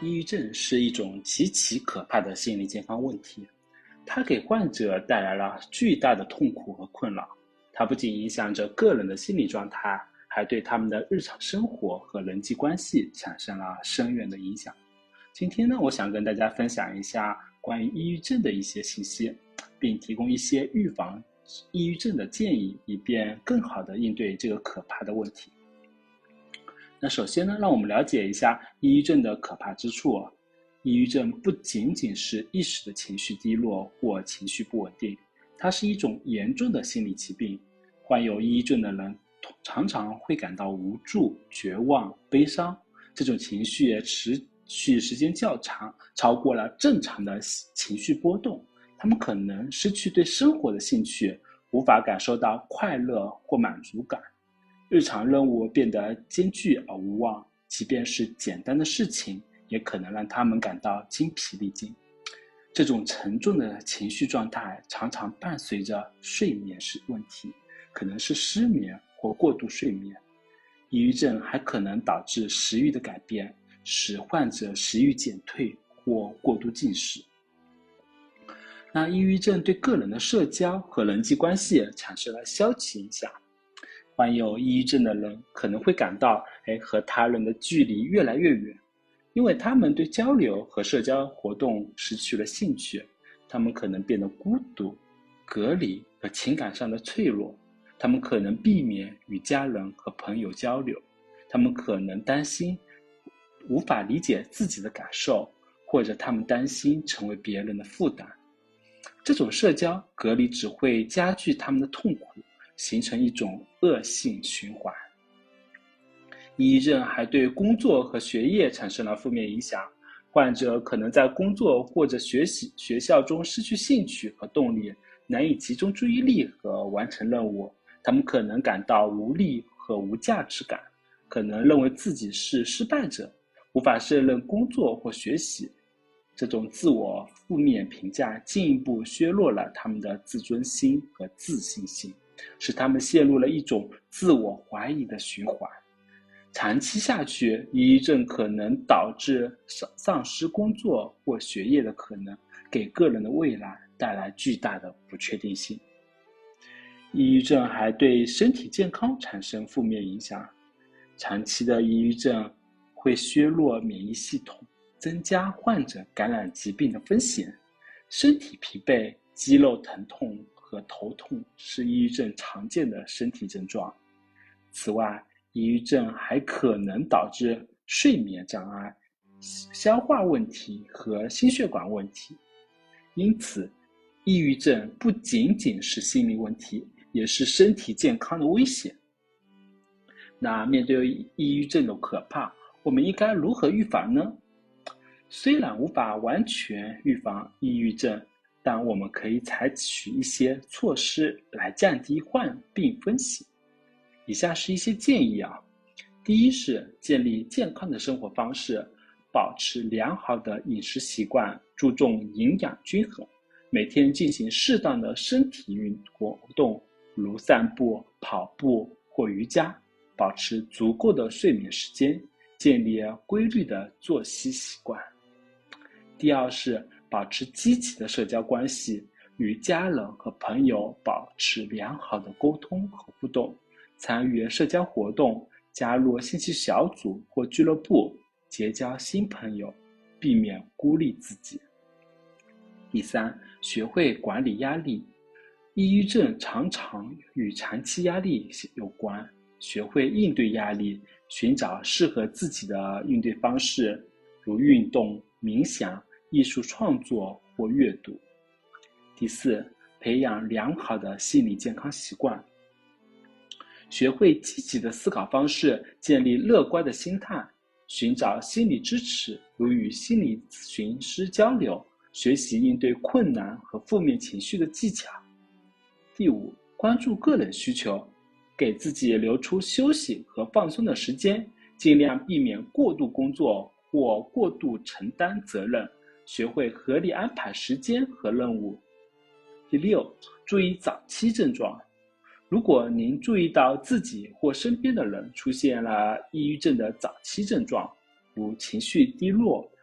抑郁症是一种极其可怕的心理健康问题，它给患者带来了巨大的痛苦和困扰。它不仅影响着个人的心理状态，还对他们的日常生活和人际关系产生了深远的影响。今天呢，我想跟大家分享一下关于抑郁症的一些信息，并提供一些预防抑郁症的建议，以便更好地应对这个可怕的问题。那首先呢，让我们了解一下抑郁症的可怕之处。抑郁症不仅仅是一时的情绪低落或情绪不稳定，它是一种严重的心理疾病。患有抑郁症的人常常会感到无助、绝望、悲伤，这种情绪持续时间较长，超过了正常的情绪波动。他们可能失去对生活的兴趣，无法感受到快乐或满足感。日常任务变得艰巨而无望，即便是简单的事情，也可能让他们感到精疲力尽。这种沉重的情绪状态常常伴随着睡眠问题，可能是失眠或过度睡眠。抑郁症还可能导致食欲的改变，使患者食欲减退或过度进食。那抑郁症对个人的社交和人际关系产生了消极影响。患有抑郁症的人可能会感到和他人的距离越来越远，因为他们对交流和社交活动失去了兴趣。他们可能变得孤独、隔离和情感上的脆弱。他们可能避免与家人和朋友交流。他们可能担心无法理解自己的感受，或者他们担心成为别人的负担。这种社交隔离只会加剧他们的痛苦，形成一种恶性循环。抑郁症还对工作和学业产生了负面影响，患者可能在工作或者学校中失去兴趣和动力，难以集中注意力和完成任务。他们可能感到无力和无价值感，可能认为自己是失败者，无法胜任工作或学习。这种自我负面评价进一步削弱了他们的自尊心和自信心，使他们陷入了一种自我怀疑的循环。长期下去，抑郁症可能导致丧失工作或学业的可能，给个人的未来带来巨大的不确定性。抑郁症还对身体健康产生负面影响。长期的抑郁症会削弱免疫系统，增加患者感染疾病的风险。身体疲惫、肌肉疼痛和头痛是抑郁症常见的身体症状。此外，抑郁症还可能导致睡眠障碍、消化问题和心血管问题。因此，抑郁症不仅仅是心理问题，也是身体健康的危险。那面对抑郁症的可怕，我们应该如何预防呢？虽然无法完全预防抑郁症，但我们可以采取一些措施来降低患病风险。以下是一些建议啊。第一是建立健康的生活方式，保持良好的饮食习惯，注重营养均衡，每天进行适当的身体活动，如散步、跑步或瑜伽，保持足够的睡眠时间，建立规律的作息习惯。第二是保持积极的社交关系，与家人和朋友保持良好的沟通和互动，参与社交活动，加入兴趣小组或俱乐部，结交新朋友，避免孤立自己。第三，学会管理压力。抑郁症常常与长期压力有关，学会应对压力，寻找适合自己的应对方式，如运动、冥想、艺术创作或阅读。第四，培养良好的心理健康习惯，学会积极的思考方式，建立乐观的心态，寻找心理支持，如与心理咨询师交流，学习应对困难和负面情绪的技巧。第五，关注个人需求，给自己留出休息和放松的时间，尽量避免过度工作或过度承担责任，学会合理安排时间和任务。第六，注意早期症状。如果您注意到自己或身边的人出现了抑郁症的早期症状，如情绪低落、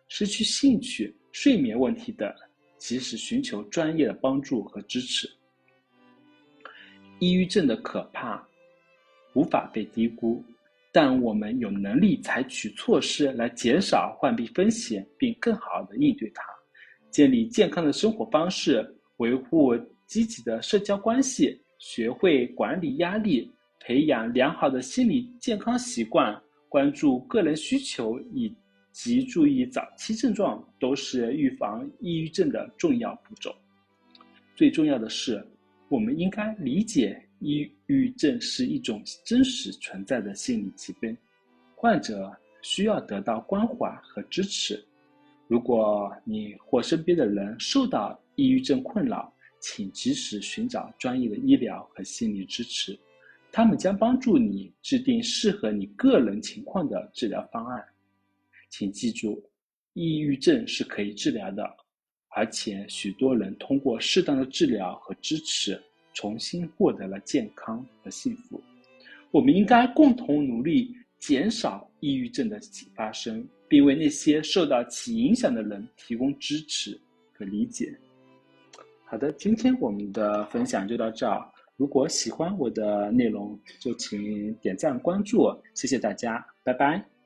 失去兴趣、睡眠问题等，及时寻求专业的帮助和支持。抑郁症的可怕无法被低估，但我们有能力采取措施来减少患病风险，并更好地应对它，建立健康的生活方式，维护积极的社交关系，学会管理压力，培养良好的心理健康习惯，关注个人需求以及注意早期症状，都是预防抑郁症的重要步骤。最重要的是，我们应该理解抑郁症是一种真实存在的心理疾病，患者需要得到关怀和支持。如果你或身边的人受到抑郁症困扰，请及时寻找专业的医疗和心理支持，他们将帮助你制定适合你个人情况的治疗方案。请记住，抑郁症是可以治疗的，而且许多人通过适当的治疗和支持，重新获得了健康和幸福。我们应该共同努力减少抑郁症的发生，并为那些受到其影响的人提供支持和理解。好的，今天我们的分享就到这儿。如果喜欢我的内容，就请点赞关注，谢谢大家，拜拜。